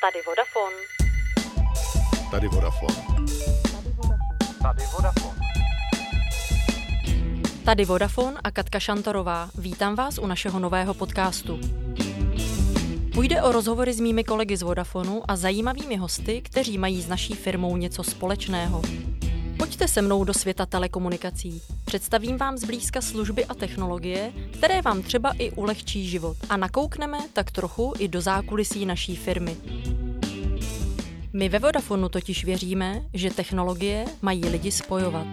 Tady Vodafone. Tady Vodafone. Tady Vodafone. Tady Vodafone a Katka Šantorová. Vítám vás u našeho nového podcastu. Půjde o rozhovory s mými kolegy z Vodafonu a zajímavými hosty, kteří mají s naší firmou něco společného. Pojďte se mnou do světa telekomunikací. Představím vám zblízka služby a technologie, které vám třeba i ulehčí život. A nakoukneme tak trochu i do zákulisí naší firmy. My ve Vodafonu totiž věříme, že technologie mají lidi spojovat.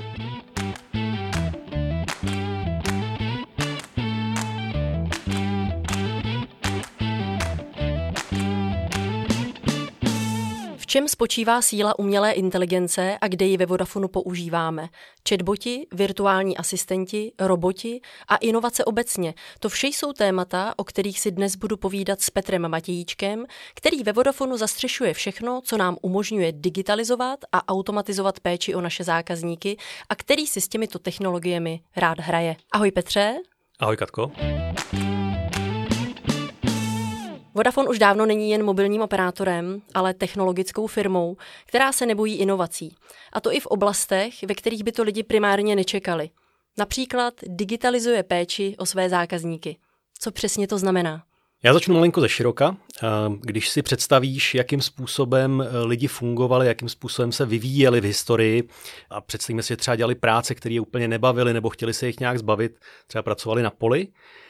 V čem spočívá síla umělé inteligence a kde ji ve Vodafonu používáme? Chatboti, virtuální asistenti, roboti a inovace obecně. To vše jsou témata, o kterých si dnes budu povídat s Petrem Matějíčkem, který ve Vodafonu zastřešuje všechno, co nám umožňuje digitalizovat a automatizovat péči o naše zákazníky a který si s těmito technologiemi rád hraje. Ahoj Petře. Ahoj Katko. Vodafone už dávno není jen mobilním operátorem, ale technologickou firmou, která se nebojí inovací. A to i v oblastech, ve kterých by to lidi primárně nečekali. Například digitalizuje péči o své zákazníky. Co přesně to znamená? Já začnu malinko ze široka. Když si představíš, jakým způsobem lidi fungovali, jakým způsobem se vyvíjeli v historii a představíme si, že třeba dělali práce, které je úplně nebavily nebo chtěli se jich nějak zbavit, třeba pracovali na poli,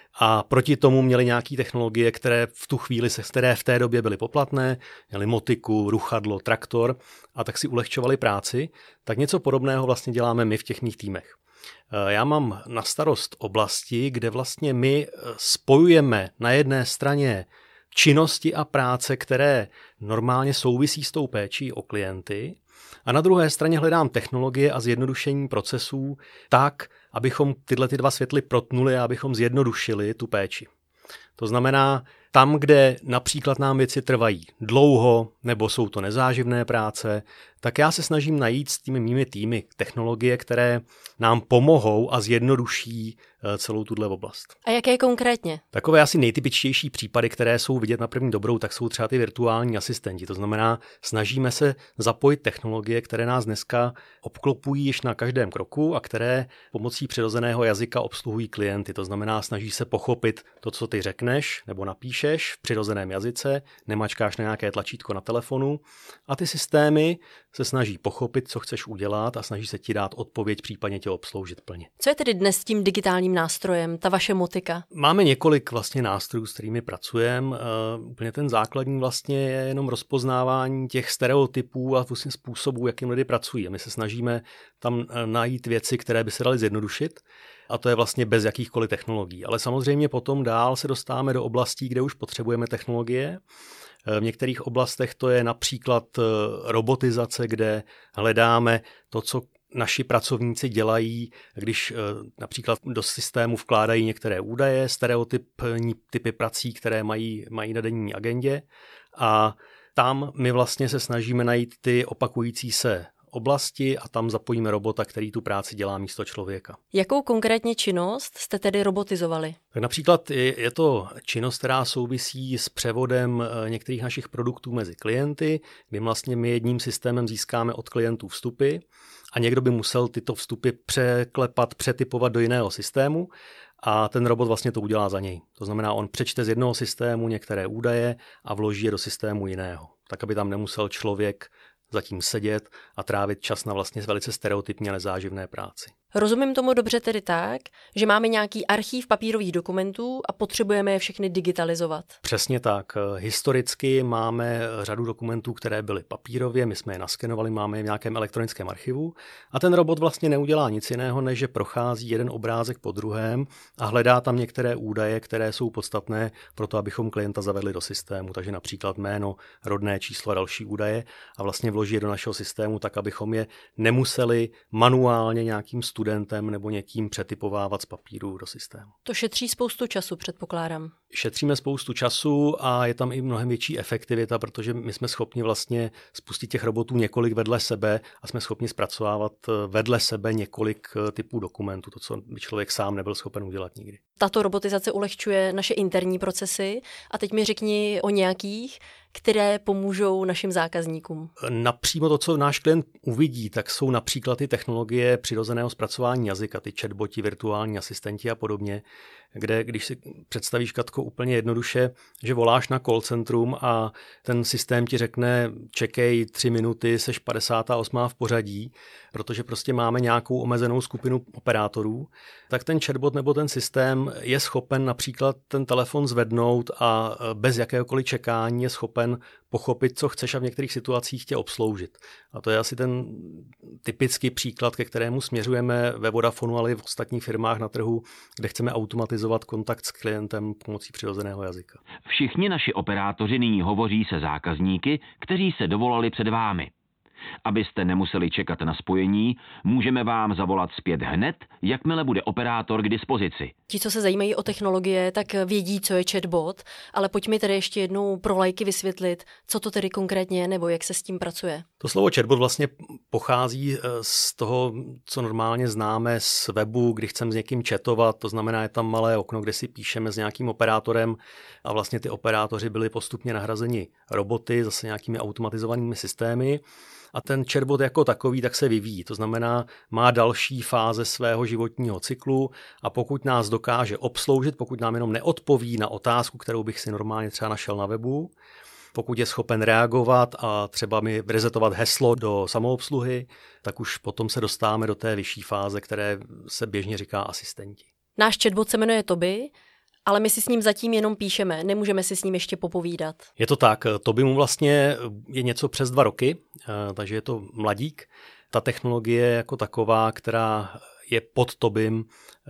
a proti tomu měli nějaké technologie, které v tu chvíli, které v té době byly poplatné, měli motiku, ruchadlo, traktor a tak si ulehčovali práci, tak něco podobného vlastně děláme my v těch mých týmech. Já mám na starost oblasti, kde vlastně my spojujeme na jedné straně činnosti a práce, které normálně souvisí s tou péčí o klienty, a na druhé straně hledám technologie a zjednodušení procesů tak, abychom tyhle dva světly protnuli a abychom zjednodušili tu péči. To znamená, tam, kde například nám věci trvají dlouho nebo jsou to nezáživné práce, tak já se snažím najít s těmi mými týmy technologie, které nám pomohou a zjednoduší celou tuhle oblast. A jaké konkrétně? Takové asi nejtypičtější případy, které jsou vidět na první dobrou, tak jsou třeba ty virtuální asistenti. To znamená, snažíme se zapojit technologie, které nás dneska obklopují již na každém kroku a které pomocí přirozeného jazyka obsluhují klienty. To znamená, snaží se pochopit to, co ty řekneš nebo napíšeš v přirozeném jazyce, nemačkáš na nějaké tlačítko na telefonu a ty systémy se snaží pochopit, co chceš udělat a snaží se ti dát odpověď, případně tě obsloužit plně. Co je tedy dnes s tím digitálním nástrojem, ta vaše motika? Máme několik vlastně nástrojů, s kterými pracujeme. Úplně ten základní vlastně je jenom rozpoznávání těch stereotypů a vlastně způsobů, jakým lidi pracují. A my se snažíme tam najít věci, které by se daly zjednodušit. A to je vlastně bez jakýchkoliv technologií. Ale samozřejmě potom dál se dostáváme do oblastí, kde už potřebujeme technologie. V některých oblastech to je například robotizace, kde hledáme to, co naši pracovníci dělají, když například do systému vkládají některé údaje, stereotypní typy prací, které mají na denní agendě. A tam my vlastně se snažíme najít ty opakující se oblasti a tam zapojíme robota, který tu práci dělá místo člověka. Jakou konkrétně činnost jste tedy robotizovali? Tak například je to činnost, která souvisí s převodem některých našich produktů mezi klienty, kdy vlastně my jedním systémem získáme od klientů vstupy a někdo by musel tyto vstupy překlepat, přetypovat do jiného systému a ten robot vlastně to udělá za něj. To znamená, on přečte z jednoho systému některé údaje a vloží je do systému jiného, tak aby tam nemusel člověk zatím sedět a trávit čas na vlastně velice stereotypně nezáživné práci. Rozumím tomu dobře tedy tak, že máme nějaký archív papírových dokumentů a potřebujeme je všechny digitalizovat. Přesně tak. Historicky máme řadu dokumentů, které byly papírově, my jsme je naskenovali, máme je v nějakém elektronickém archivu a ten robot vlastně neudělá nic jiného, než že prochází jeden obrázek po druhém a hledá tam některé údaje, které jsou podstatné pro to, abychom klienta zavedli do systému, takže například jméno, rodné číslo a další údaje a vlastně vloží je do našeho systému tak, abychom je nemuseli manuálně nějakým studentem nebo někým přetypovávat z papíru do systému. To šetří spoustu času, předpokládám. Šetříme spoustu času a je tam i mnohem větší efektivita, protože my jsme schopni vlastně spustit těch robotů několik vedle sebe a jsme schopni zpracovávat vedle sebe několik typů dokumentů, to, co by člověk sám nebyl schopen udělat nikdy. tato robotizace ulehčuje naše interní procesy a teď mi řekni o nějakých, které pomůžou našim zákazníkům. Napřímo to, co náš klient uvidí, tak jsou například ty technologie přirozeného zpracování jazyka, ty chatboti, virtuální asistenti a podobně, kde když si představíš, Katko, úplně jednoduše, že voláš na call centrum a ten systém ti řekne čekej 3 minuty, seš 58. v pořadí, protože prostě máme nějakou omezenou skupinu operátorů, tak ten chatbot nebo ten systém je schopen například ten telefon zvednout a bez jakéhokoliv čekání je schopen pochopit, co chceš a v některých situacích tě obsloužit. A to je asi ten typický příklad, ke kterému směřujeme ve Vodafonu, ale i v ostatních firmách na trhu, kde chceme automatizovat kontakt s klientem pomocí přirozeného jazyka. Všichni naši operátoři nyní hovoří se zákazníky, kteří se dovolali před vámi. Abyste nemuseli čekat na spojení, můžeme vám zavolat zpět hned, jakmile bude operátor k dispozici. Ti, co se zajímají o technologie, tak vědí, co je chatbot, ale pojď mi tedy ještě jednou pro lajky vysvětlit, co to tedy konkrétně je nebo jak se s tím pracuje. To slovo chatbot vlastně pochází z toho, co normálně známe z webu, kdy chceme s někým chatovat, to znamená, je tam malé okno, kde si píšeme s nějakým operátorem a vlastně ty operátoři byli postupně nahrazeni roboty, zase nějakými automatizovanými systémy. A ten chatbot jako takový tak se vyvíjí, to znamená, má další fáze svého životního cyklu a pokud nás dokáže obsloužit, pokud nám jenom neodpoví na otázku, kterou bych si normálně třeba našel na webu, pokud je schopen reagovat a třeba mi resetovat heslo do samoobsluhy, tak už potom se dostáváme do té vyšší fáze, které se běžně říká asistenti. Náš chatbot se jmenuje Toby, ale my si s ním zatím jenom píšeme, nemůžeme si s ním ještě popovídat. Je to tak, Toby mu vlastně je něco přes 2 roky, takže je to mladík. Ta technologie jako taková, která je pod Tobym,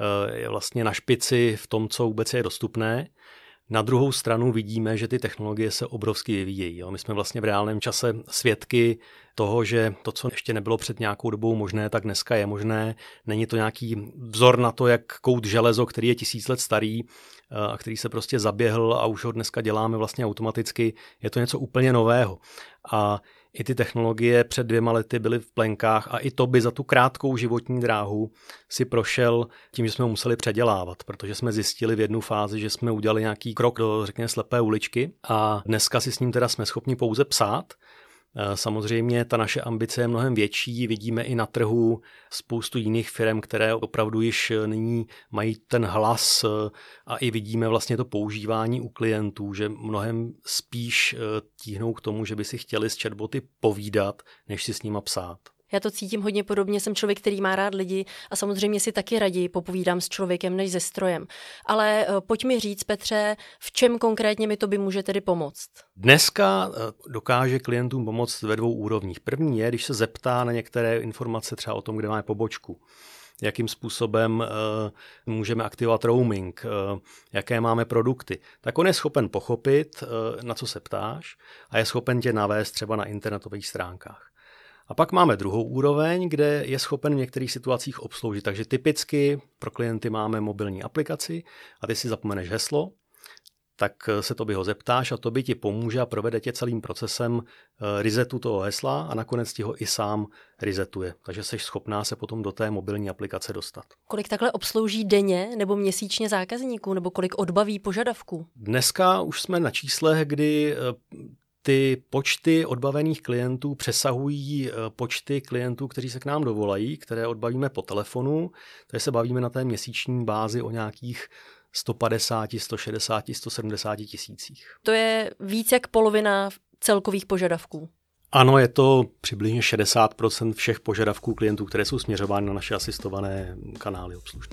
je vlastně na špici v tom, co vůbec je dostupné. Na druhou stranu vidíme, že ty technologie se obrovsky vyvíjejí. My jsme vlastně v reálném čase svědky toho, že to, co ještě nebylo před nějakou dobou možné, tak dneska je možné. Není to nějaký vzor na to, jak kout železo, který je 1000 let starý a který se prostě zaběhl a už ho dneska děláme vlastně automaticky. Je to něco úplně nového. A i ty technologie před 2 lety byly v plenkách a i to by za tu krátkou životní dráhu si prošel tím, že jsme ho museli předělávat, protože jsme zjistili v jednu fázi, že jsme udělali nějaký krok do, řekněme, slepé uličky a dneska si s ním teda jsme schopni pouze psát. Samozřejmě ta naše ambice je mnohem větší, vidíme i na trhu spoustu jiných firm, které opravdu již nyní mají ten hlas a i vidíme vlastně to používání u klientů, že mnohem spíš tíhnou k tomu, že by si chtěli s chatboty povídat, než si s nima psát. Já to cítím hodně podobně, jsem člověk, který má rád lidi a samozřejmě si taky raději popovídám s člověkem než se strojem. Ale pojď mi říct, Petře, v čem konkrétně mi to by může tedy pomoct? Dneska dokáže klientům pomoct ve 2 úrovních. První je, když se zeptá na některé informace třeba o tom, kde máme pobočku, jakým způsobem můžeme aktivovat roaming, jaké máme produkty, tak on je schopen pochopit, na co se ptáš a je schopen tě navést třeba na internetových stránkách. A pak máme druhou úroveň, kde je schopen v některých situacích obsloužit. Takže typicky pro klienty máme mobilní aplikaci a ty si zapomeneš heslo, tak se Toby ho zeptáš a Toby ti pomůže a provede tě celým procesem resetu toho hesla a nakonec ti ho i sám resetuje. Takže jsi schopná se potom do té mobilní aplikace dostat. Kolik takhle obslouží denně nebo měsíčně zákazníků nebo kolik odbaví požadavků? Dneska už jsme na číslech, kdy ty počty odbavených klientů přesahují počty klientů, kteří se k nám dovolají, které odbavíme po telefonu. Takže se bavíme na té měsíční bázi o nějakých 150, 160, 170 tisících. To je víc jak polovina celkových požadavků. Ano, je to přibližně 60% všech požadavků klientů, které jsou směřovány na naše asistované kanály obslužné.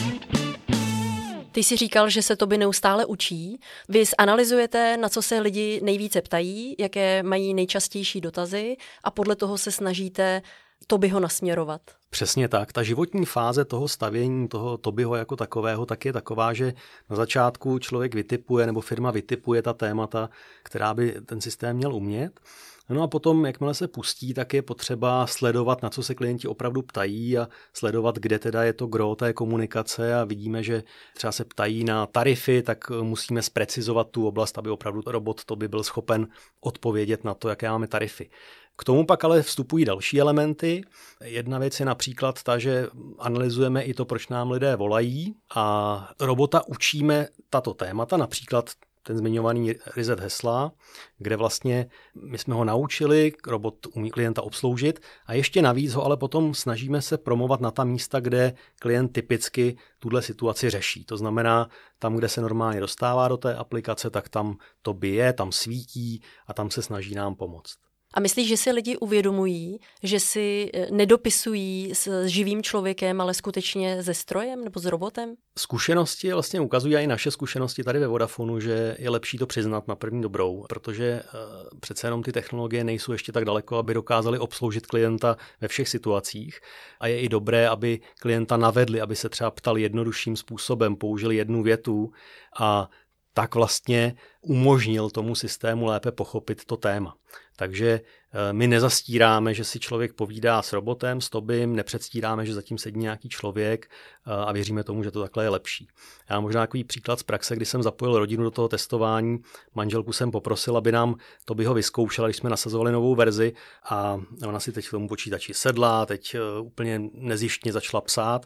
Ty jsi říkal, že se Toby neustále učí. Vy analyzujete, na co se lidi nejvíce ptají, jaké mají nejčastější dotazy a podle toho se snažíte Tobyho nasměrovat. Přesně tak. Ta životní fáze toho stavění, toho Tobyho jako takového, tak je taková, že na začátku člověk vytipuje nebo firma vytipuje ta témata, která by ten systém měl umět. No a potom, jakmile se pustí, tak je potřeba sledovat, na co se klienti opravdu ptají a sledovat, kde teda je to gro té komunikace a vidíme, že třeba se ptají na tarify, tak musíme zprecizovat tu oblast, aby opravdu robot to by byl schopen odpovědět na to, jaké máme tarify. K tomu pak ale vstupují další elementy. Jedna věc je například ta, že analyzujeme i to, proč nám lidé volají a robota učíme tato témata, například ten zmiňovaný reset hesla, kde vlastně my jsme ho naučili, robot umí klienta obsloužit a ještě navíc ho ale potom snažíme se promovat na ta místa, kde klient typicky tuhle situaci řeší. To znamená, tam, kde se normálně dostává do té aplikace, tak tam to bije, tam svítí a tam se snaží nám pomoct. A myslíš, že si lidi uvědomují, že si nedopisují s živým člověkem, ale skutečně se strojem nebo s robotem? Zkušenosti vlastně ukazují i naše zkušenosti tady ve Vodafonu, že je lepší to přiznat na první dobrou, protože přece jenom ty technologie nejsou ještě tak daleko, aby dokázali obsloužit klienta ve všech situacích. A je i dobré, aby klienta navedli, aby se třeba ptal jednodušším způsobem, použili jednu větu a tak vlastně umožnil tomu systému lépe pochopit to téma. Takže my nezastíráme, že si člověk povídá s robotem, s Tobim, nepředstíráme, že zatím sedí nějaký člověk a věříme tomu, že to takhle je lepší. Já možná takový příklad z praxe, kdy jsem zapojil rodinu do toho testování, manželku jsem poprosil, aby nám Tobiho vyzkoušela, když jsme nasazovali novou verzi a ona si teď k tomu počítači sedla, teď úplně nezištně začala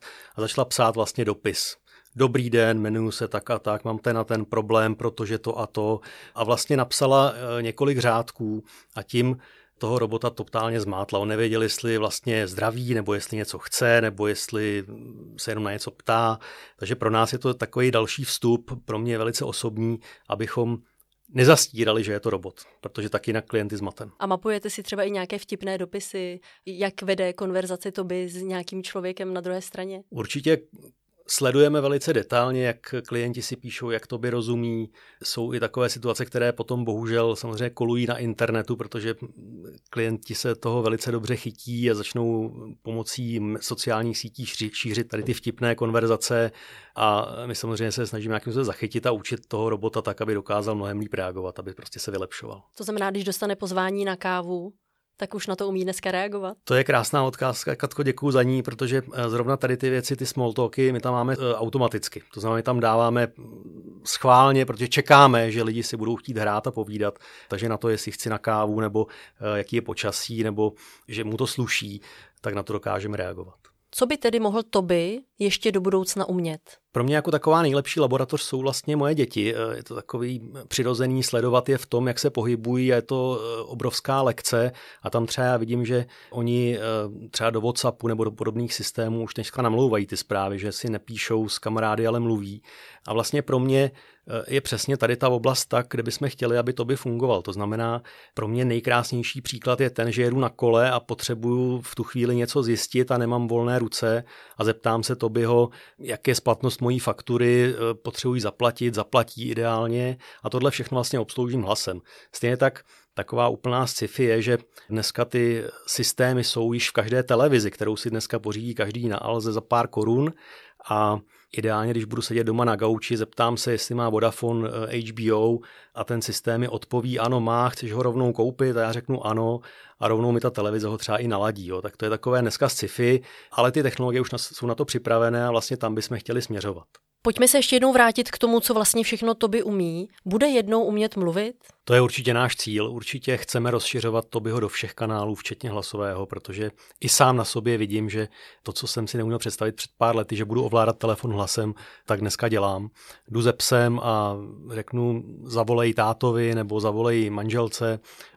psát vlastně dopis. Dobrý den, jmenuji se tak a tak, mám ten a ten problém, protože to a to. A vlastně napsala několik řádků a tím toho robota totálně zmátla. On nevěděl, jestli vlastně zdraví, nebo jestli něco chce, nebo jestli se jenom na něco ptá. Takže pro nás je to takový další vstup, pro mě velice osobní, abychom nezastírali, že je to robot, protože tak jinak klienty zmatem. A mapujete si třeba i nějaké vtipné dopisy, jak vede konverzaci Tobi s nějakým člověkem na druhé straně? Určitě sledujeme velice detailně, jak klienti si píšou, jak Tobi rozumí. Jsou i takové situace, které potom bohužel samozřejmě kolují na internetu, protože klienti se toho velice dobře chytí a začnou pomocí sociálních sítí šířit tady ty vtipné konverzace a my samozřejmě se snažíme nějakým způsobem zachytit a učit toho robota tak, aby dokázal mnohem líp reagovat, aby prostě se vylepšoval. To znamená, když dostane pozvání na kávu, tak už na to umí dneska reagovat? To je krásná otázka, Katko, děkuju za ní, protože zrovna tady ty věci, ty small talky, my tam máme automaticky. To znamená, my tam dáváme schválně, protože čekáme, že lidi si budou chtít hrát a povídat, takže na to, jestli chci na kávu, nebo jaký je počasí, nebo že mu to sluší, tak na to dokážeme reagovat. Co by tedy mohl Tobi ještě do budoucna umět? Pro mě jako taková nejlepší laboratoř jsou vlastně moje děti. Je to takový přirozený sledovat je v tom, jak se pohybují a je to obrovská lekce a tam třeba já vidím, že oni třeba do WhatsAppu nebo do podobných systémů už dneska namlouvají ty zprávy, že si nepíšou s kamarády, ale mluví. A vlastně pro mě je přesně tady ta oblast tak, kde bychom chtěli, aby Tobi fungoval. To znamená, pro mě nejkrásnější příklad je ten, že jedu na kole a potřebuju v tu chvíli něco zjistit a nemám volné ruce a zeptám se Tobiho, jak je splatnost mojí faktury, potřebuji zaplatit, zaplatí ideálně a tohle všechno vlastně obsloužím hlasem. Stejně tak taková úplná sci-fi je, že dneska ty systémy jsou již v každé televizi, kterou si dneska pořídí každý na Alze za pár korun a ideálně, když budu sedět doma na gauči, zeptám se, jestli má Vodafone HBO a ten systém mi odpoví, ano má, chceš ho rovnou koupit a já řeknu ano a rovnou mi ta televize ho třeba i naladí. Jo. Tak to je takové dneska sci-fi, ale ty technologie už jsou na to připravené a vlastně tam bychom chtěli směřovat. Pojďme se ještě jednou vrátit k tomu, co vlastně všechno Tobi umí. Bude jednou umět mluvit? To je určitě náš cíl. Určitě chceme rozšiřovat Tobiho do všech kanálů, včetně hlasového, protože i sám na sobě vidím, že to, co jsem si neuměl představit před pár lety, že budu ovládat telefon hlasem, tak dneska dělám. Jdu ze psem a řeknu zavolej tátovi nebo zavolej manželce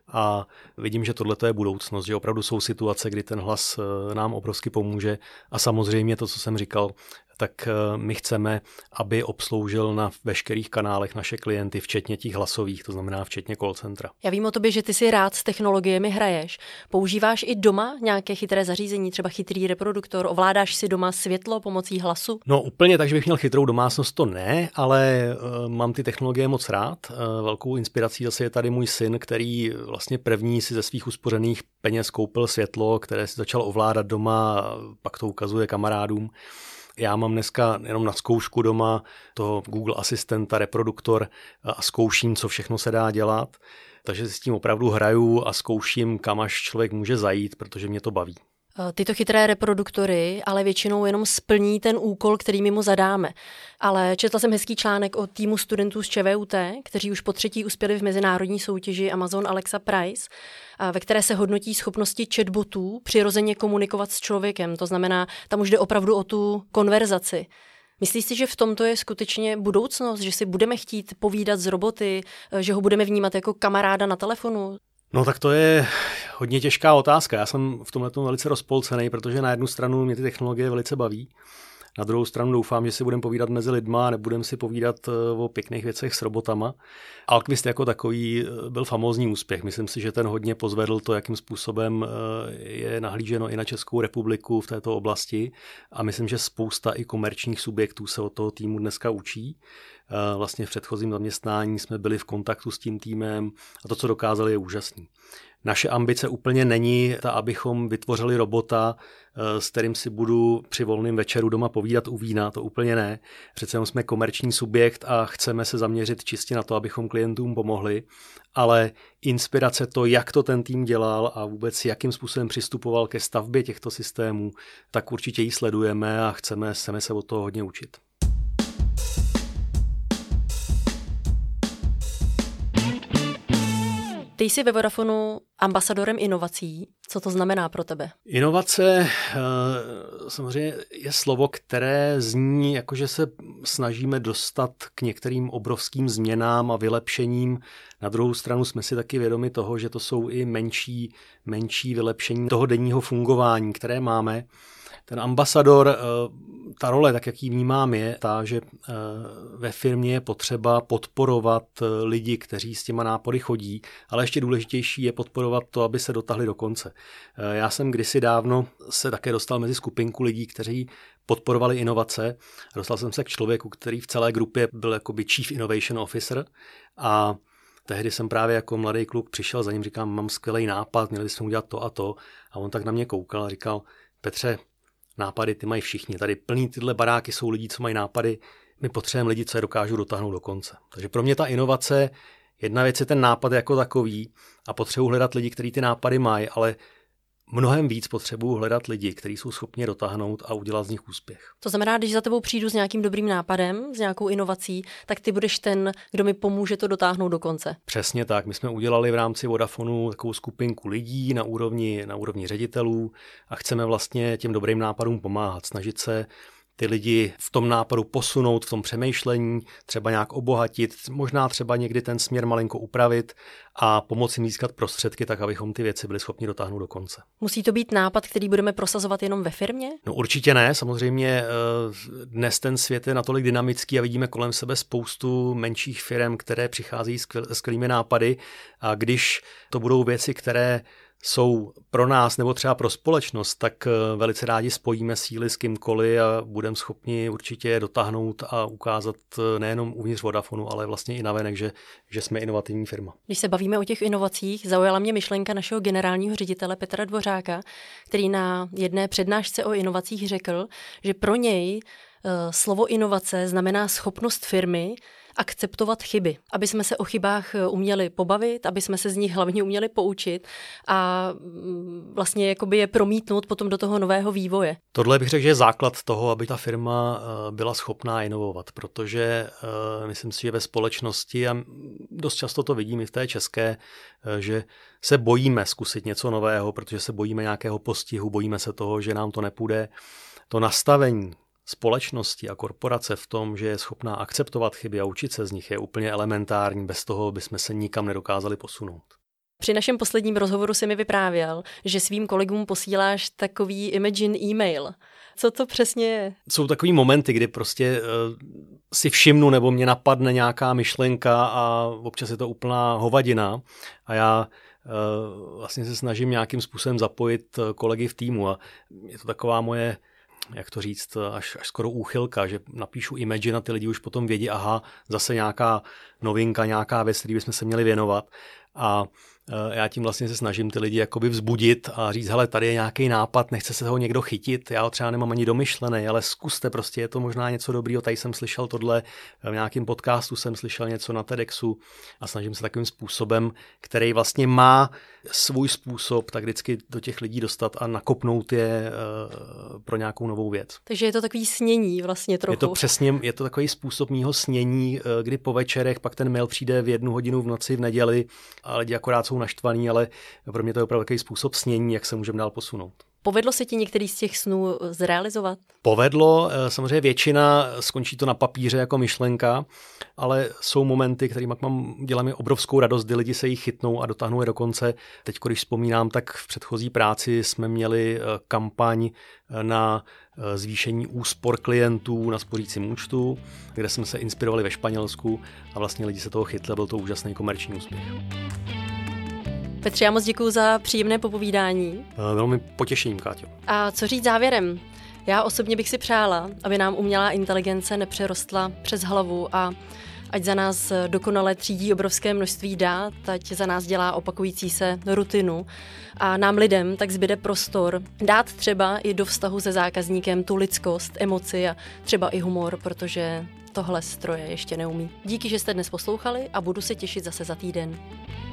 a vidím, že tohle je budoucnost, že opravdu jsou situace, kdy ten hlas nám obrovsky pomůže a samozřejmě to, co jsem říkal, tak my chceme, aby obsloužil na veškerých kanálech naše klienty, včetně těch hlasových, to znamená včetně call centra. Já vím o tobě, že ty si rád s technologiemi hraješ. Používáš i doma nějaké chytré zařízení, třeba chytrý reproduktor, ovládáš si doma světlo pomocí hlasu? No úplně tak, že bych měl chytrou domácnost, to ne, ale mám ty technologie moc rád. Velkou inspirací zase je tady můj syn, který vlastně první si ze svých uspořených peněz koupil světlo, které si začal ovládat doma, a pak to ukazuje kamarádům. Já mám dneska jenom na zkoušku doma toho Google asistenta, reproduktor a zkouším, co všechno se dá dělat. takže si s tím opravdu hraju a zkouším, kam až člověk může zajít, protože mě to baví. Tyto chytré reproduktory ale většinou jenom splní ten úkol, který my mu zadáme. Ale četla jsem hezký článek o týmu studentů z ČVUT, kteří už po 3. uspěli v mezinárodní soutěži Amazon Alexa Prize, ve které se hodnotí schopnosti chatbotů přirozeně komunikovat s člověkem. To znamená, tam už jde opravdu o tu konverzaci. Myslíš si, že v tomto je skutečně budoucnost, že si budeme chtít povídat s roboty, že ho budeme vnímat jako kamaráda na telefonu? No tak to je hodně těžká otázka. Já jsem v tomhle velice rozpolcený, protože na jednu stranu mě ty technologie velice baví. Na druhou stranu doufám, že si budeme povídat mezi lidma a nebudeme si povídat o pěkných věcech s robotama. Alquist jako takový byl famózní úspěch. Myslím si, že ten hodně pozvedl to, jakým způsobem je nahlíženo i na Českou republiku v této oblasti. A myslím, že spousta i komerčních subjektů se od toho týmu dneska učí. Vlastně v předchozím zaměstnání jsme byli v kontaktu s tím týmem a to, co dokázali, je úžasný. Naše ambice úplně není ta, abychom vytvořili robota, s kterým si budu při volném večeru doma povídat u vína, to úplně ne. Přece jenom jsme komerční subjekt a chceme se zaměřit čistě na to, abychom klientům pomohli, ale inspirace to, jak to ten tým dělal a vůbec jakým způsobem přistupoval ke stavbě těchto systémů, tak určitě ji sledujeme a chceme se od toho hodně učit. Ty jsi ve Vodafonu ambasadorem inovací. Co to znamená pro tebe? Inovace samozřejmě je slovo, které zní, jakože se snažíme dostat k některým obrovským změnám a vylepšením. Na druhou stranu jsme si taky vědomi toho, že to jsou i menší vylepšení toho denního fungování, které máme. Ten ambasador, ta role, tak jak ji vnímám, je ta, že ve firmě je potřeba podporovat lidi, kteří s těma nápady chodí, ale ještě důležitější je podporovat to, aby se dotáhli do konce. Já jsem kdysi dávno se také dostal mezi skupinku lidí, kteří podporovali inovace. Dostal jsem se k člověku, který v celé grupě byl jakoby Chief Innovation Officer a tehdy jsem právě jako mladý kluk přišel za ním, říkám, mám skvělý nápad, měli bychom udělat to a to. A on tak na mě koukal a říkal, Petře, nápady ty mají všichni. Tady plný tyhle baráky jsou lidí, co mají nápady. My potřebujeme lidi, co je dokážou dotáhnout do konce. Takže pro mě ta inovace, jedna věc je ten nápad jako takový a potřebuji hledat lidi, kteří ty nápady mají, ale mnohem víc potřebuji hledat lidi, kteří jsou schopni dotáhnout a udělat z nich úspěch. To znamená, když za tebou přijdu s nějakým dobrým nápadem, s nějakou inovací, tak ty budeš ten, kdo mi pomůže to dotáhnout do konce. Přesně tak. My jsme udělali v rámci Vodafonu takovou skupinku lidí na úrovni ředitelů a chceme vlastně těm dobrým nápadům pomáhat, snažit se ty lidi v tom nápadu posunout, v tom přemýšlení, třeba nějak obohatit, možná třeba někdy ten směr malinko upravit a pomoci jim získat prostředky, tak abychom ty věci byli schopni dotáhnout do konce. Musí to být nápad, který budeme prosazovat jenom ve firmě? No určitě ne, samozřejmě dnes ten svět je natolik dynamický a vidíme kolem sebe spoustu menších firm, které přicházejí s skvělými nápady a když to budou věci, které jsou pro nás nebo třeba pro společnost, tak velice rádi spojíme síly s kýmkoliv a budeme schopni určitě dotáhnout a ukázat nejenom uvnitř Vodafonu, ale vlastně i navenek, že jsme inovativní firma. Když se bavíme o těch inovacích, zaujala mě myšlenka našeho generálního ředitele Petra Dvořáka, který na jedné přednášce o inovacích řekl, že pro něj slovo inovace znamená schopnost firmy akceptovat chyby, aby jsme se o chybách uměli pobavit, aby jsme se z nich hlavně uměli poučit a vlastně jakoby je promítnout potom do toho nového vývoje. Tohle bych řekl, že je základ toho, aby ta firma byla schopná inovovat, protože myslím si, že ve společnosti, a dost často to vidím i v té české, že se bojíme zkusit něco nového, protože se bojíme nějakého postihu, bojíme se toho, že nám to nepůjde. To nastavení společnosti a korporace v tom, že je schopná akceptovat chyby a učit se z nich, je úplně elementární, bez toho bychom se nikam nedokázali posunout. Při našem posledním rozhovoru si mi vyprávěl, že svým kolegům posíláš takový Imagine e-mail. Co to přesně je? Jsou takový momenty, kdy prostě si všimnu nebo mě napadne nějaká myšlenka a občas je to úplná hovadina a já vlastně se snažím nějakým způsobem zapojit kolegy v týmu a je to taková moje, jak to říct, až skoro úchylka, že napíšu Imagine a ty lidi už potom vědí, aha, zase nějaká novinka, nějaká věc, který bychom se měli věnovat. A já tím vlastně se snažím ty lidi jakoby vzbudit a říct, hele, tady je nějaký nápad, nechce se toho někdo chytit, já ho třeba nemám ani domyšlený, ale zkuste prostě, je to možná něco dobrýho, tady jsem slyšel tohle, v nějakém podcastu jsem slyšel něco na TEDxu a snažím se takovým způsobem, který vlastně má svůj způsob, tak vždycky do těch lidí dostat a nakopnout je pro nějakou novou věc. Takže je to takový snění vlastně trochu. Je to takový způsob mýho snění, kdy po večerech pak ten mail přijde v 1 hodinu v noci v neděli a lidi akorát jsou naštvaný, ale pro mě to je opravdu takový způsob snění, jak se můžeme dál posunout. Povedlo se ti některý z těch snů zrealizovat? Povedlo, samozřejmě většina, skončí to na papíře jako myšlenka, ale jsou momenty, kterými dělá mi obrovskou radost, kdy lidi se jich chytnou a dotáhnou je do konce. Teď, když vzpomínám, tak v předchozí práci jsme měli kampaň na zvýšení úspor klientů na spořícím účtu, kde jsme se inspirovali ve Španělsku a vlastně lidi se toho chytli, byl to úžasný komerční úspěch. Petře, já moc děkuju za příjemné popovídání. Velmi potěšením, Káťo. A co říct závěrem? Já osobně bych si přála, aby nám umělá inteligence nepřerostla přes hlavu a ať za nás dokonale třídí obrovské množství dat, ať za nás dělá opakující se rutinu a nám lidem tak zbyde prostor dát třeba i do vztahu se zákazníkem tu lidskost, emoci a třeba i humor, protože tohle stroje ještě neumí. Díky, že jste dnes poslouchali a budu se těšit zase za týden.